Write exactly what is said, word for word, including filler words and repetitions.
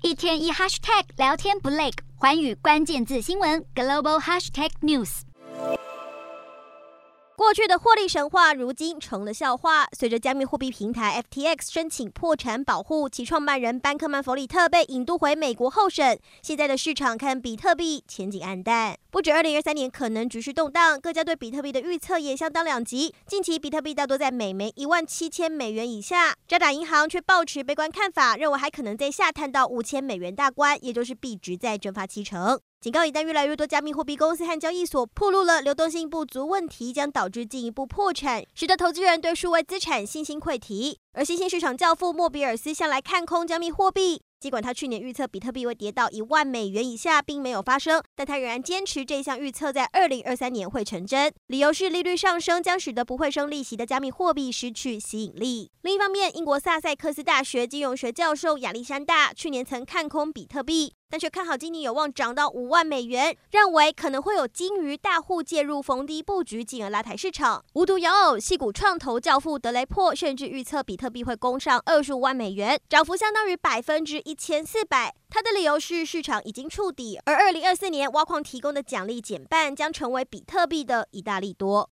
一天一 hashtag 聊天不累，寰宇关键字新闻 global hashtag news。 过去的获利神话，如今成了笑话。随着加密货币平台 F T X 申请破产保护，其创办人班克曼·弗里特被引渡回美国候审。现在的市场看比特币前景黯淡，不止二零二三年可能局势动荡，各家对比特币的预测也相当两极。近期比特币大多在每枚一万七千美元以下，渣打银行却抱持悲观看法，认为还可能在下探到五千美元大关，也就是币值再蒸发七成。警告，一旦越来越多加密货币公司和交易所暴露了流动性不足问题，将导致进一步破产，使得投资人对数位资产信心溃堤。而新兴市场教父莫比尔斯向来看空加密货币，尽管他去年预测比特币会跌到一万美元以下，并没有发生，但他仍然坚持这项预测在二零二三年会成真。理由是利率上升将使得不会生利息的加密货币失去吸引力。另一方面，英国萨塞克斯大学金融学教授亚历山大去年曾看空比特币，但却看好今年有望涨到五万美元，认为可能会有鲸鱼大户介入逢低布局，进而拉抬市场。无独有偶，矽谷创投教父德雷珀甚至预测比特币会攻上二十五万美元，涨幅相当于百分之一千四百。他的理由是市场已经触底，而二零二四年挖矿提供的奖励减半，将成为比特币的一大利多。